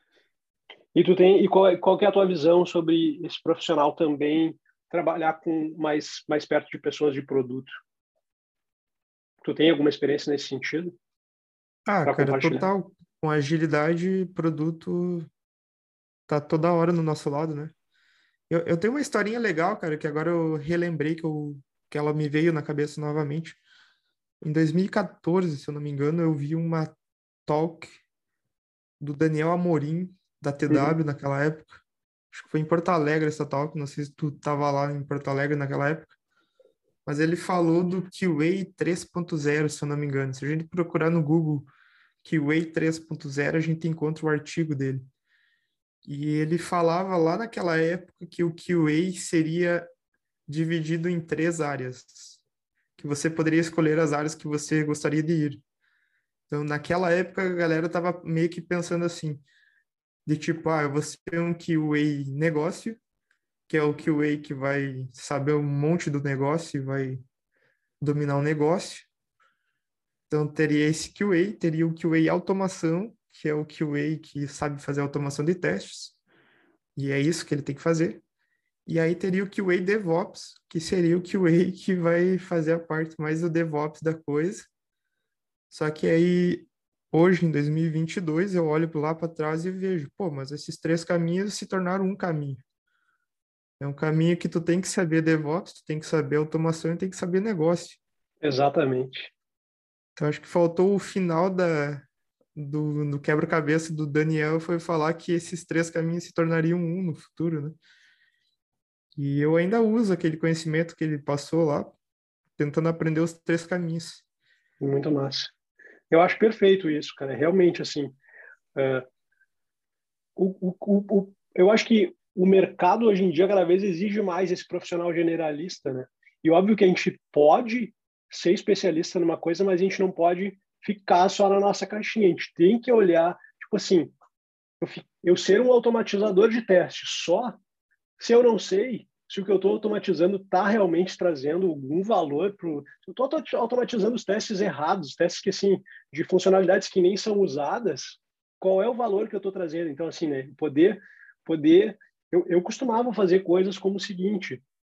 E qual que é a tua visão sobre esse profissional também trabalhar com mais perto de pessoas de produto? Tu tem alguma experiência nesse sentido Ah, para cara, compartilhar? total. Com agilidade, produto tá toda hora no nosso lado, né? Eu tenho uma historinha legal, cara, que agora eu relembrei que ela me veio na cabeça novamente. Em 2014, se eu não me engano, eu vi uma talk do Daniel Amorim, da Uhum. TW, naquela época. Acho que foi em Porto Alegre essa talk, não sei se tu tava lá em Porto Alegre naquela época, mas ele falou do QA 3.0, se eu não me engano. Se a gente procurar no Google QA 3.0, a gente encontra o artigo dele. E ele falava lá naquela época que o QA seria dividido em três áreas, que você poderia escolher as áreas que você gostaria de ir. Então, naquela época, a galera tava meio que pensando assim, de tipo, eu vou ser um QA negócio, que é o QA que vai saber um monte do negócio e vai dominar o negócio. Então, teria esse QA, teria o QA automação, que é o QA que sabe fazer automação de testes, e é isso que ele tem que fazer. E aí teria o QA DevOps, que seria o QA que vai fazer a parte mais do DevOps da coisa. Só que aí, hoje, em 2022, eu olho lá para trás e vejo, pô, mas esses três caminhos se tornaram um caminho. É um caminho que tu tem que saber DevOps, tu tem que saber automação e tem que saber negócio. Exatamente. Então, acho que faltou o final do quebra-cabeça do Daniel foi falar que esses três caminhos se tornariam um no futuro, né? E eu ainda uso aquele conhecimento que ele passou lá, tentando aprender os três caminhos. Muito massa. Eu acho perfeito isso, cara. Realmente, assim, é, eu acho que o mercado hoje em dia cada vez exige mais esse profissional generalista, né? E óbvio que a gente pode ser especialista numa coisa, mas a gente não pode ficar só na nossa caixinha. A gente tem que olhar, tipo assim, eu ser um automatizador de teste só, se eu não sei se o que eu estou automatizando está realmente trazendo algum valor para o. Eu estou automatizando os testes errados, testes que, assim, de funcionalidades que nem são usadas, qual é o valor que eu estou trazendo? Então, assim, né, poder eu costumava fazer coisas como o seguinte,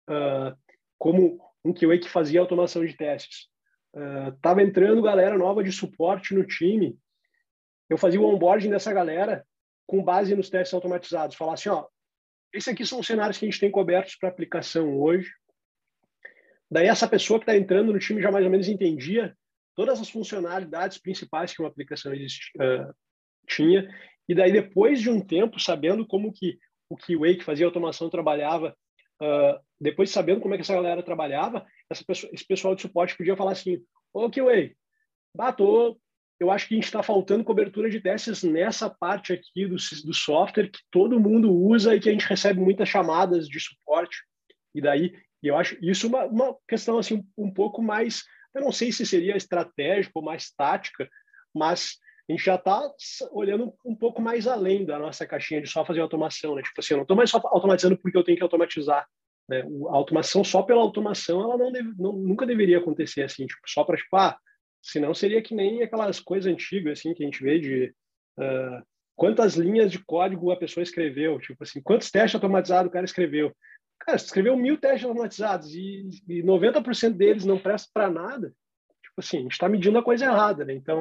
como um QA que fazia automação de testes. Tava entrando galera nova de suporte no time, eu fazia o onboarding dessa galera com base nos testes automatizados. Falar assim, ó, esses aqui são os cenários que a gente tem cobertos para aplicação hoje. Daí essa pessoa que está entrando no time já mais ou menos entendia todas as funcionalidades principais que uma aplicação tinha. E daí depois de um tempo, sabendo como que o QA que fazia automação trabalhava, depois sabendo como é que essa galera trabalhava, esse pessoal de suporte podia falar assim, ô QA, batou, eu acho que a gente está faltando cobertura de testes nessa parte aqui do software que todo mundo usa e que a gente recebe muitas chamadas de suporte. E daí, eu acho isso uma questão assim um pouco mais, eu não sei se seria estratégico ou mais tática, mas a gente já está olhando um pouco mais além da nossa caixinha de só fazer automação, né? Tipo assim, eu não estou mais só automatizando porque eu tenho que automatizar. Né? A automação só pela automação, ela nunca deveria acontecer assim, tipo, só para, tipo, senão seria que nem aquelas coisas antigas assim que a gente vê de quantas linhas de código a pessoa escreveu, tipo assim, quantos testes automatizados o cara escreveu. Cara, você escreveu 1.000 testes automatizados e 90% deles não prestam para nada. Tipo assim, a gente está medindo a coisa errada, né? Então,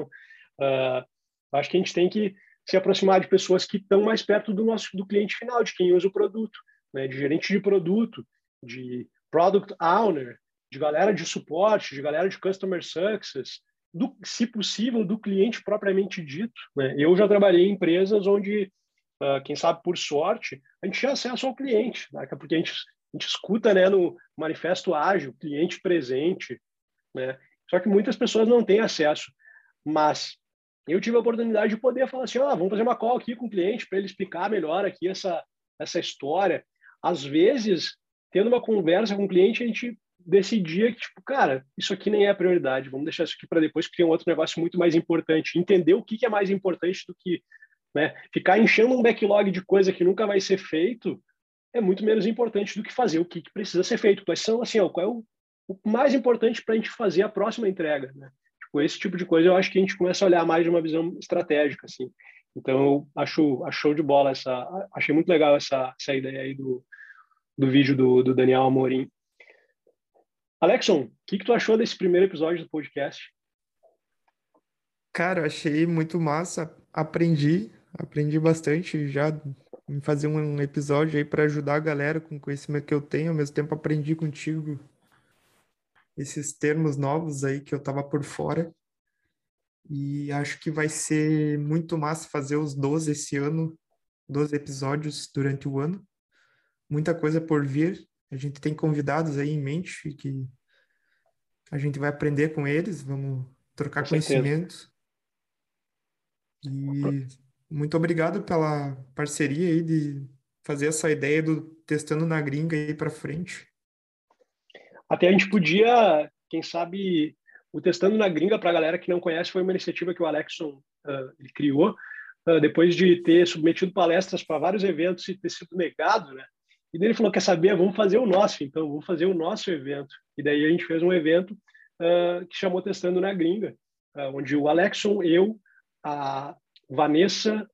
acho que a gente tem que se aproximar de pessoas que estão mais perto do cliente final, de quem usa o produto, né? De gerente de produto, de product owner, de galera de suporte, de galera de customer success, se possível, do cliente propriamente dito, né? Eu já trabalhei em empresas onde, quem sabe por sorte, a gente tinha acesso ao cliente, né? Porque a gente escuta, né, no manifesto ágil, cliente presente, né? Só que muitas pessoas não têm acesso, mas eu tive a oportunidade de poder falar assim, vamos fazer uma call aqui com o cliente para ele explicar melhor aqui essa história. Às vezes, tendo uma conversa com o cliente, a gente decidia que, tipo, cara, isso aqui nem é a prioridade, vamos deixar isso aqui para depois, que tem um outro negócio muito mais importante. Entender o que é mais importante do que, né, ficar enchendo um backlog de coisa que nunca vai ser feito é muito menos importante do que fazer o que precisa ser feito. Quais são, assim, qual é o mais importante para a gente fazer a próxima entrega, né? Tipo, esse tipo de coisa eu acho que a gente começa a olhar mais de uma visão estratégica, assim. Então, eu acho show de bola achei muito legal essa ideia aí do vídeo do Daniel Amorim. Alexson, o que tu achou desse primeiro episódio do podcast? Cara, eu achei muito massa. Aprendi bastante já em fazer um episódio aí para ajudar a galera com o conhecimento que eu tenho. Ao mesmo tempo, aprendi contigo esses termos novos aí que eu tava por fora. E acho que vai ser muito massa fazer os 12 esse ano, 12 episódios durante o ano. Muita coisa por vir. A gente tem convidados aí em mente que a gente vai aprender com eles, vamos Com trocar certeza. conhecimentos. E muito obrigado pela parceria aí de fazer essa ideia do Testando na Gringa aí para frente. Até a gente podia, quem sabe, o Testando na Gringa, para a galera que não conhece, foi uma iniciativa que o Alexson ele criou, depois de ter submetido palestras para vários eventos e ter sido negado, né? E daí ele falou, quer saber, vamos fazer o nosso, então, vamos fazer o nosso evento. E daí a gente fez um evento que chamou Testando na Gringa, onde o Alexson, eu, a Vanessa,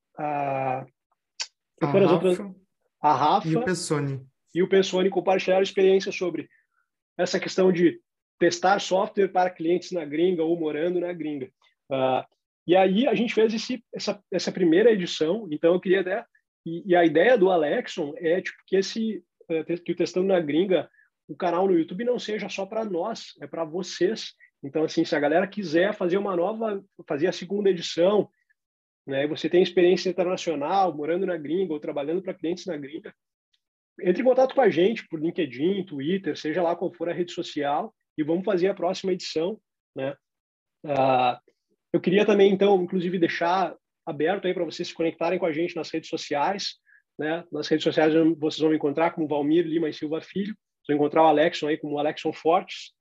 A quem foram as outras? Rafa A e o Rafa Pessoni. e o Pensoni compartilharam experiências sobre essa questão de testar software para clientes na gringa ou morando na gringa. E aí a gente fez essa primeira edição, então eu queria até... E a ideia do Alexson é tipo, que o Testando na Gringa, o canal no YouTube não seja só para nós, é para vocês. Então, assim, se a galera quiser fazer a segunda edição, né, você tem experiência internacional, morando na gringa ou trabalhando para clientes na gringa, entre em contato com a gente por LinkedIn, Twitter, seja lá qual for a rede social, e vamos fazer a próxima edição, né? Eu queria também, então, inclusive, deixar aberto aí para vocês se conectarem com a gente nas redes sociais, né? Nas redes sociais vocês vão me encontrar como Valmir Lima e Silva Filho, vocês vão encontrar o Alexson aí como Alexson Fortes,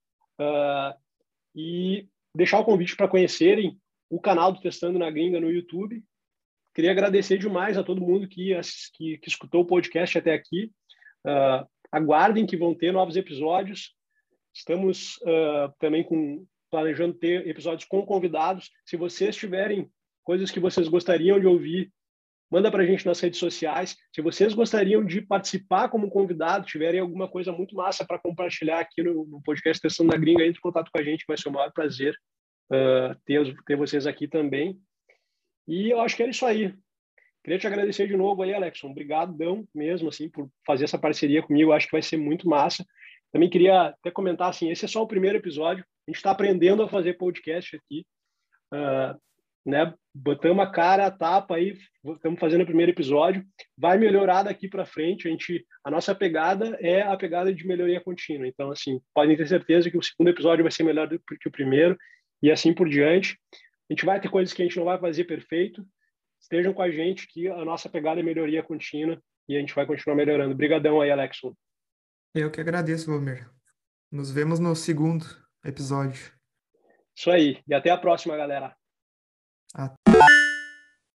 e deixar o convite para conhecerem o canal do Testando na Gringa no YouTube. Queria agradecer demais a todo mundo que escutou o podcast até aqui. Aguardem que vão ter novos episódios. Estamos também planejando ter episódios com convidados. Se vocês tiverem coisas que vocês gostariam de ouvir, manda para a gente nas redes sociais. Se vocês gostariam de participar como convidado, tiverem alguma coisa muito massa para compartilhar aqui no podcast Testando na Gringa, entre em contato com a gente, que vai ser o maior prazer ter vocês aqui também. E eu acho que é isso aí. Queria te agradecer de novo aí, Alexson. Obrigadão mesmo, assim, por fazer essa parceria comigo. Acho que vai ser muito massa. Também queria até comentar, assim, esse é só o primeiro episódio. A gente está aprendendo a fazer podcast aqui. Né? Botamos a cara, a tapa aí, estamos fazendo o primeiro episódio. Vai melhorar daqui para frente. A nossa pegada é a pegada de melhoria contínua. Então, assim, podem ter certeza que o segundo episódio vai ser melhor do que o primeiro e assim por diante. A gente vai ter coisas que a gente não vai fazer perfeito. Estejam com a gente que a nossa pegada é melhoria contínua e a gente vai continuar melhorando. Obrigadão aí, Alexson. Eu que agradeço, Valmir. Nos vemos no segundo episódio. Isso aí. E até a próxima, galera. Até.